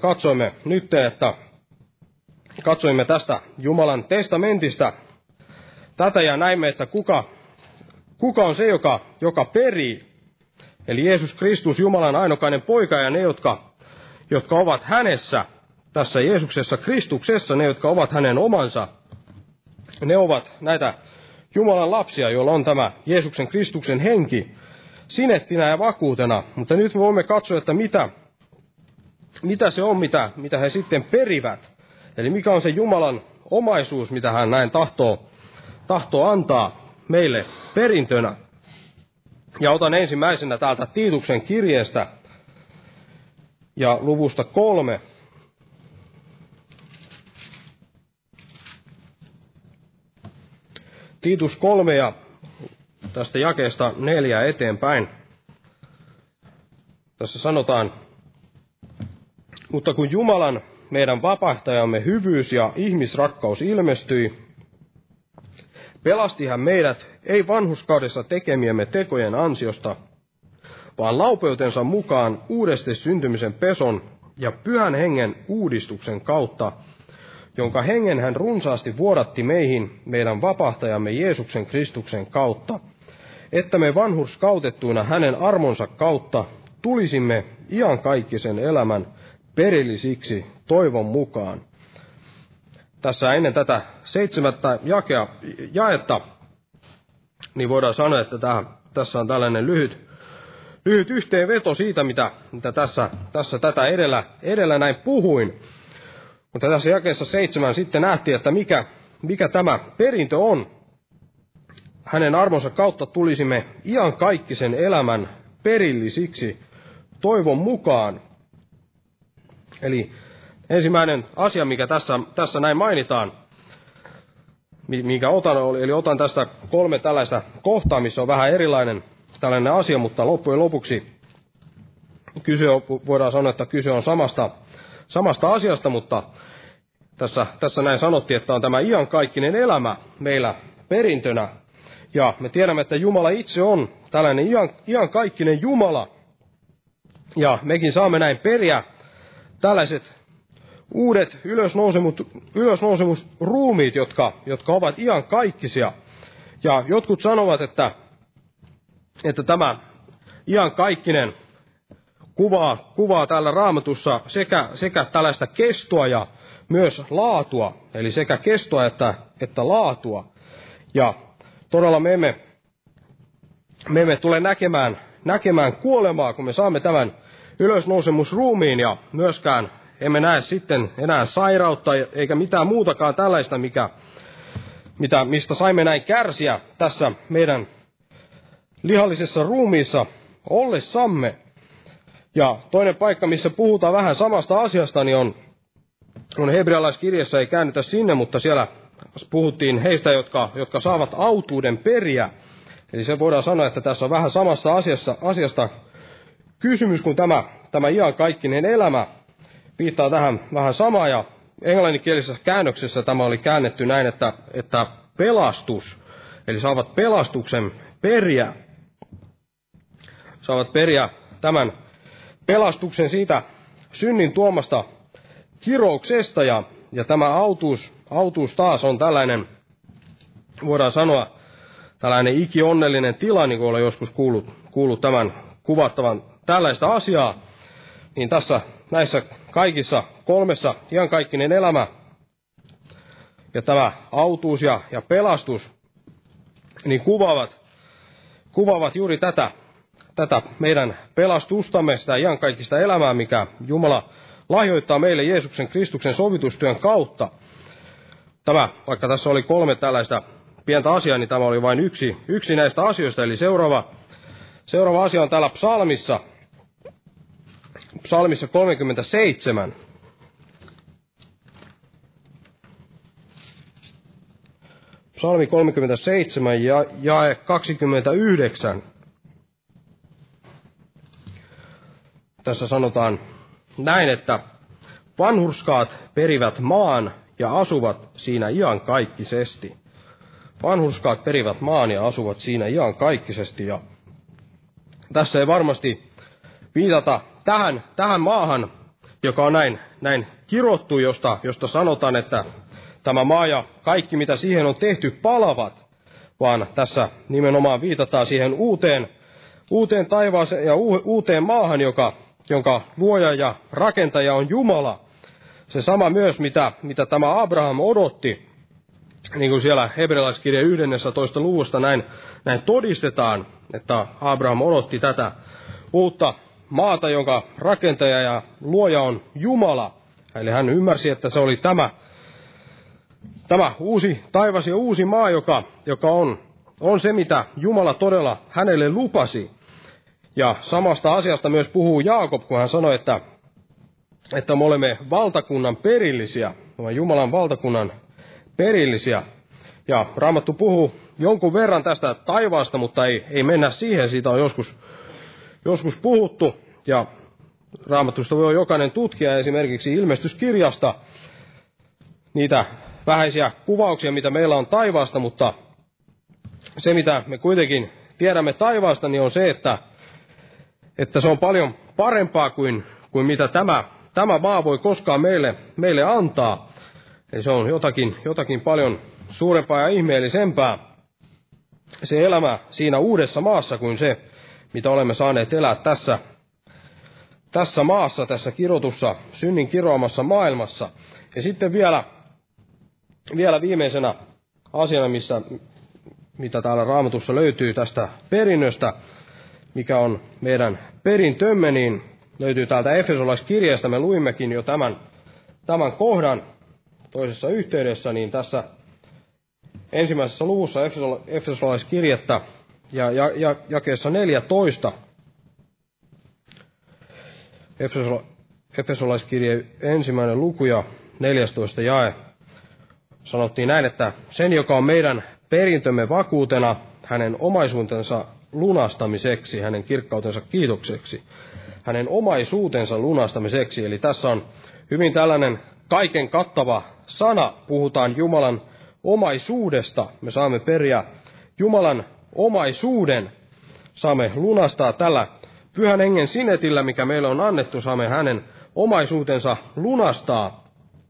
A: katsoimme tästä Jumalan testamentista tätä ja näimme, että kuka on se, joka perii. Eli Jeesus Kristus, Jumalan ainokainen poika, ja ne, jotka ovat hänessä, tässä Jeesuksessa Kristuksessa, ne, jotka ovat hänen omansa, ne ovat näitä Jumalan lapsia, joilla on tämä Jeesuksen Kristuksen henki sinettinä ja vakuutena. Mutta nyt me voimme katsoa, että mitä se on, mitä he sitten perivät. Eli mikä on se Jumalan omaisuus, mitä hän näin tahtoo antaa meille perintönä. Ja otan ensimmäisenä täältä Tiituksen kirjeestä ja luvusta 3. Tiitus 3 ja tästä jakeesta 4 eteenpäin. Tässä sanotaan, mutta kun Jumalan, meidän vapahtajamme hyvyys ja ihmisrakkaus ilmestyi, pelasti hän meidät ei vanhurskaudessa tekemiemme tekojen ansiosta, vaan laupeutensa mukaan uudesti syntymisen peson ja pyhän hengen uudistuksen kautta, jonka hengen hän runsaasti vuodatti meihin meidän vapahtajamme Jeesuksen Kristuksen kautta, että me vanhurskautettuina hänen armonsa kautta tulisimme iankaikkisen elämän perillisiksi toivon mukaan. Tässä ennen tätä 7. jaetta, niin voidaan sanoa, että tässä on tällainen lyhyt yhteenveto siitä, mitä tässä tätä edellä näin puhuin. Mutta tässä jakeessa 7 sitten nähtiin, että mikä tämä perintö on. Hänen armonsa kautta tulisimme iankaikkisen elämän perillisiksi toivon mukaan. Eli ensimmäinen asia, mikä tässä näin mainitaan, minkä otan tästä 3 tällaista kohtaa, missä on vähän erilainen tällainen asia, mutta loppujen lopuksi voidaan sanoa, että kyse on samasta asiasta, mutta tässä näin sanottiin, että on tämä iankaikkinen elämä meillä perintönä. Ja me tiedämme, että Jumala itse on tällainen iankaikkinen Jumala. Ja mekin saamme näin periä tällaiset uudet ylösnousemusruumiit, jotka ovat iankaikkisia. Ja jotkut sanovat, että tämä iankaikkinen kuvaa täällä Raamatussa sekä tällaista kestoa ja myös laatua. Eli sekä kestoa että laatua. Ja todella me emme tule näkemään kuolemaa, kun me saamme tämän ylösnousemusruumiin, ja myöskään emme näe sitten enää sairautta eikä mitään muutakaan tällaista, mistä saimme näin kärsiä tässä meidän lihallisessa ruumiissa ollessamme. Ja toinen paikka, missä puhutaan vähän samasta asiasta, niin on hebrealaiskirjassa, ei käännytä sinne, mutta siellä puhuttiin heistä, jotka saavat autuuden periä. Eli se voidaan sanoa, että tässä on vähän samassa asiasta kysymys kuin tämä iankaikkinen elämä. Viittaa tähän vähän samaa, ja englanninkielisessä käännöksessä tämä oli käännetty näin, että pelastus, eli saavat pelastuksen periä. Saavat periä tämän pelastuksen siitä synnin tuomasta kirouksesta, ja tämä autuus taas on tällainen, voidaan sanoa, tällainen ikionnellinen tila, niin kuin olen joskus kuullut tämän kuvattavan tällaista asiaa, niin tässä näissä kaikissa kolmessa iankaikkinen elämä ja tämä autuus ja pelastus, niin kuvaavat juuri tätä meidän pelastustamme, sitä iankaikkista elämää, mikä Jumala lahjoittaa meille Jeesuksen Kristuksen sovitustyön kautta. Tämä, vaikka tässä oli 3 tällaista pientä asiaa, niin tämä oli vain yksi näistä asioista. Eli seuraava asia on täällä psalmissa 37. Psalmi 37 ja jae 29. Tässä sanotaan näin, että vanhurskaat perivät maan ja asuvat siinä iankaikkisesti. Vanhurskaat perivät maan ja asuvat siinä iankaikkisesti. Ja tässä ei varmasti viitata tähän maahan, joka on näin kirottu, josta sanotaan, että tämä maa ja kaikki, mitä siihen on tehty, palavat, vaan tässä nimenomaan viitataan siihen uuteen taivaaseen ja uuteen maahan, jonka luoja ja rakentaja on Jumala. Se sama myös, mitä tämä Abraham odotti, niin kuin siellä hebrealaiskirjan 11. luvusta näin todistetaan, että Abraham odotti tätä uutta maata, jonka rakentaja ja luoja on Jumala. Eli hän ymmärsi, että se oli tämä uusi taivas ja uusi maa, joka on se, mitä Jumala todella hänelle lupasi. Ja samasta asiasta myös puhuu Jaakob, kun hän sanoi, että me olemme valtakunnan perillisiä, me olemme Jumalan valtakunnan perillisiä. Ja Raamattu puhuu jonkun verran tästä taivaasta, mutta ei mennä siihen, siitä on joskus puhuttu. Ja Raamatusta voi jokainen tutkia esimerkiksi ilmestyskirjasta niitä vähäisiä kuvauksia, mitä meillä on taivaasta, mutta se, mitä me kuitenkin tiedämme taivaasta, niin on se, että se on paljon parempaa kuin mitä tämä maa voi koskaan meille antaa. Eli se on jotakin paljon suurempaa ja ihmeellisempää se elämä siinä uudessa maassa kuin se, mitä olemme saaneet elää tässä maassa, tässä kirotussa, synnin kiroamassa maailmassa. Ja sitten vielä viimeisenä asiana, mitä täällä Raamatussa löytyy tästä perinnöstä, mikä on meidän perintömme, niin löytyy täältä Efesolaiskirjeestä. Me luimmekin jo tämän kohdan toisessa yhteydessä, niin tässä ensimmäisessä luvussa Efesolaiskirjettä ja jakeessa 14. Efesolaiskirje 1. luku ja 14. jae. Sanottiin näin, että sen, joka on meidän perintömme vakuutena, hänen omaisuutensa lunastamiseksi, hänen kirkkautensa kiitokseksi, hänen omaisuutensa lunastamiseksi. Eli tässä on hyvin tällainen kaiken kattava sana, puhutaan Jumalan omaisuudesta. Me saamme periä Jumalan omaisuuden, saamme lunastaa tällä Pyhän Hengen sinetillä, mikä meille on annettu, saamme hänen omaisuutensa lunastaa.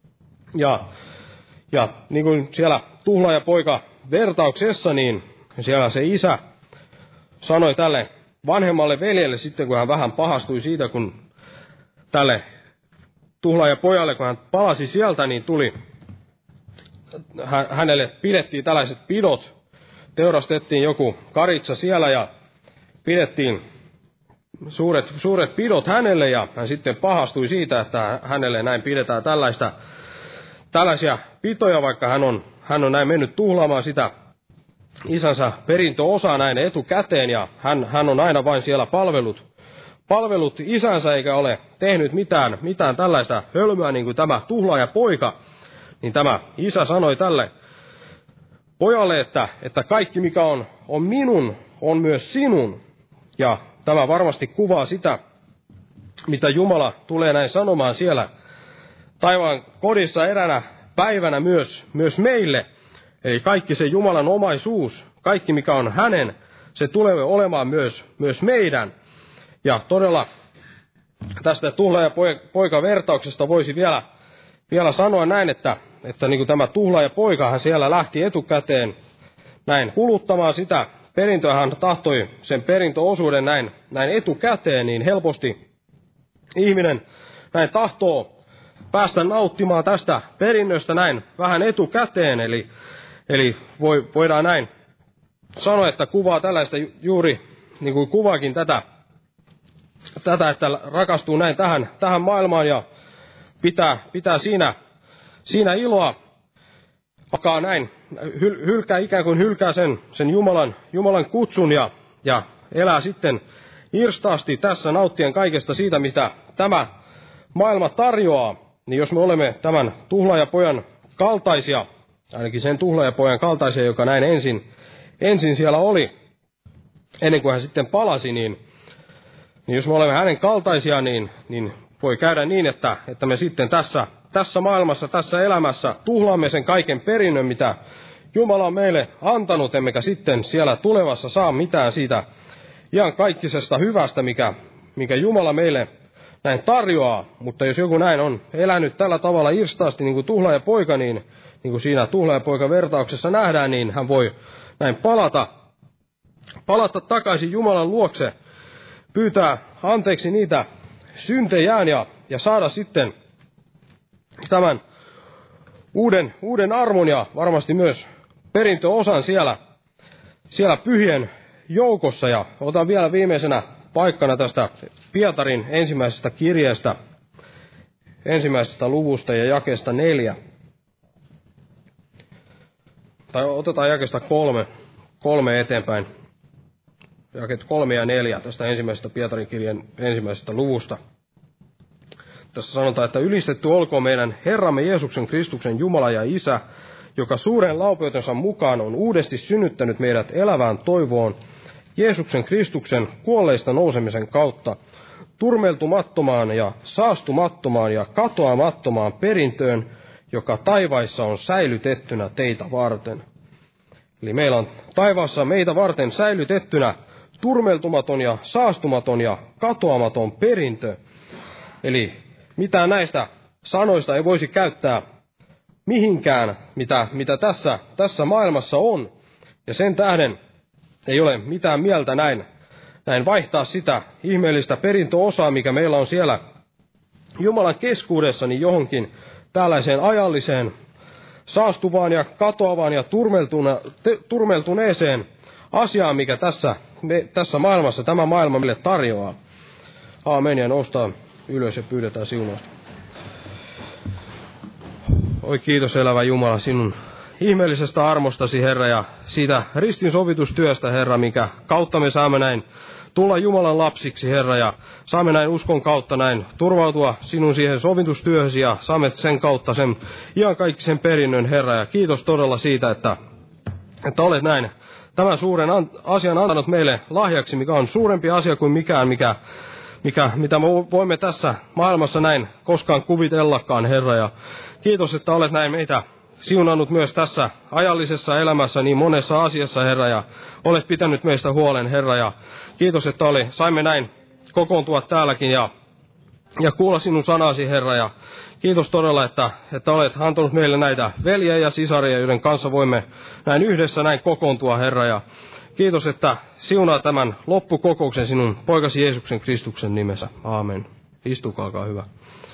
A: Ja niin kuin siellä tuhlaajapoika vertauksessa, niin siellä se isä sanoi tälle vanhemmalle veljelle sitten, kun hän vähän pahastui siitä, kun tälle tuhlaajapojalle, kun hän palasi sieltä, niin hänelle pidettiin tällaiset pidot, teurastettiin joku karitsa siellä ja pidettiin suuret pidot hänelle, ja hän sitten pahastui siitä, että hänelle näin pidetään tällaisia pitoja, vaikka hän on näin mennyt tuhlaamaan sitä isänsä perintöosaa näin etukäteen, ja hän on aina vain siellä palvellut isänsä eikä ole tehnyt mitään tällaista hölmöä niin kuin tämä tuhlaaja poika, niin tämä isä sanoi tälle pojalle, että kaikki mikä on minun, on myös sinun. Ja tämä varmasti kuvaa sitä, mitä Jumala tulee näin sanomaan siellä taivaan kodissa eränä päivänä myös meille. Eli kaikki se Jumalan omaisuus, kaikki mikä on hänen, se tulee olemaan myös meidän. Ja todella tästä tuhlaajapoika-vertauksesta voisi vielä sanoa näin, että niin kuin tämä tuhlaajapoikahan siellä lähti etukäteen näin kuluttamaan sitä perintöä, hän tahtoi sen perintöosuuden näin etukäteen, niin helposti ihminen näin tahtoo päästä nauttimaan tästä perinnöstä näin vähän etukäteen, eli voidaan näin sanoa, että kuvaa tällaista juuri niin kuin kuvaakin tätä, että rakastuu näin tähän maailmaan ja pitää siinä iloa, alkaa näin, ikään kuin hylkää sen Jumalan kutsun ja elää sitten irstaasti tässä nauttien kaikesta siitä, mitä tämä maailma tarjoaa. Niin jos me olemme tämän tuhlaajapojan kaltaisia, ainakin sen tuhlaajapojan kaltaisia, joka näin ensin siellä oli, ennen kuin hän sitten palasi, niin jos me olemme hänen kaltaisia, niin voi käydä niin, että me sitten tässä maailmassa, tässä elämässä tuhlaamme sen kaiken perinnön, mitä Jumala on meille antanut, emmekä sitten siellä tulevassa saa mitään siitä ihan kaikkisesta hyvästä, mikä Jumala meille näin tarjoaa. Mutta jos joku näin on elänyt tällä tavalla irstaasti, niin kuin tuhlaajapoika, niin kuin siinä tuhlaajapoika-vertauksessa nähdään, niin hän voi näin palata takaisin Jumalan luokse, pyytää anteeksi niitä syntejään ja saada sitten tämän uuden armon ja varmasti myös perintöosan siellä pyhien joukossa. Ja otan vielä viimeisenä paikkana tästä Pietarin ensimmäisestä kirjeestä, ensimmäisestä luvusta ja jakeesta 4. Tai otetaan jakeesta 3 eteenpäin. Jakeet 3 ja 4 tästä ensimmäisestä Pietarin kirjeen ensimmäisestä luvusta. Tässä sanotaan, että ylistetty olkoon meidän Herramme Jeesuksen Kristuksen Jumala ja Isä, joka suuren laupeutensa mukaan on uudesti synnyttänyt meidät elävään toivoon Jeesuksen Kristuksen kuolleista nousemisen kautta, turmeltumattomaan ja saastumattomaan ja katoamattomaan perintöön, joka taivaissa on säilytettynä teitä varten. Eli meillä on taivaassa meitä varten säilytettynä turmeltumaton ja saastumaton ja katoamaton perintö. Eli mitään näistä sanoista ei voisi käyttää mihinkään, mitä tässä maailmassa on. Ja sen tähden ei ole mitään mieltä näin vaihtaa sitä ihmeellistä perintöosaa, mikä meillä on siellä Jumalan keskuudessa, niin johonkin tällaiseen ajalliseen, saastuvaan ja katoavaan ja turmeltuneeseen asiaan, mikä tässä maailmassa, tämä maailma meille tarjoaa. Aamen, ja noustaan ylös ja pyydetään siunausta. Oi kiitos elävä Jumala sinun ihmeellisestä armostasi, Herra, ja siitä ristin sovitustyöstä, Herra, mikä kautta me saamme näin tulla Jumalan lapsiksi, Herra, ja saamme näin uskon kautta näin turvautua sinun siihen sovitustyöhösi, ja saamme sen kautta sen ihan kaikki sen perinnön, Herra, ja kiitos todella siitä, että olet näin tämän suuren asian antanut meille lahjaksi, mikä on suurempi asia kuin mikään, mitä me voimme tässä maailmassa näin koskaan kuvitellakaan, Herra, ja kiitos, että olet näin meitä siunannut myös tässä ajallisessa elämässä niin monessa asiassa, Herra, ja olet pitänyt meistä huolen, Herra, ja kiitos, että saimme näin kokoontua täälläkin ja kuulla sinun sanasi, Herra, ja kiitos todella, että olet antanut meille näitä veljejä ja sisaria, joiden kanssa voimme näin yhdessä näin kokoontua, Herra, ja kiitos, että siunaa tämän loppukokouksen sinun poikasi Jeesuksen Kristuksen nimessä. Aamen. Istukaakaan hyvä.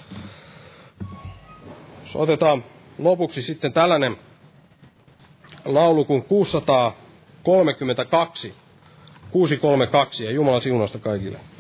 A: Otetaan lopuksi sitten tällainen laulu kuin 632, 632, ja Jumalan siunausta kaikille.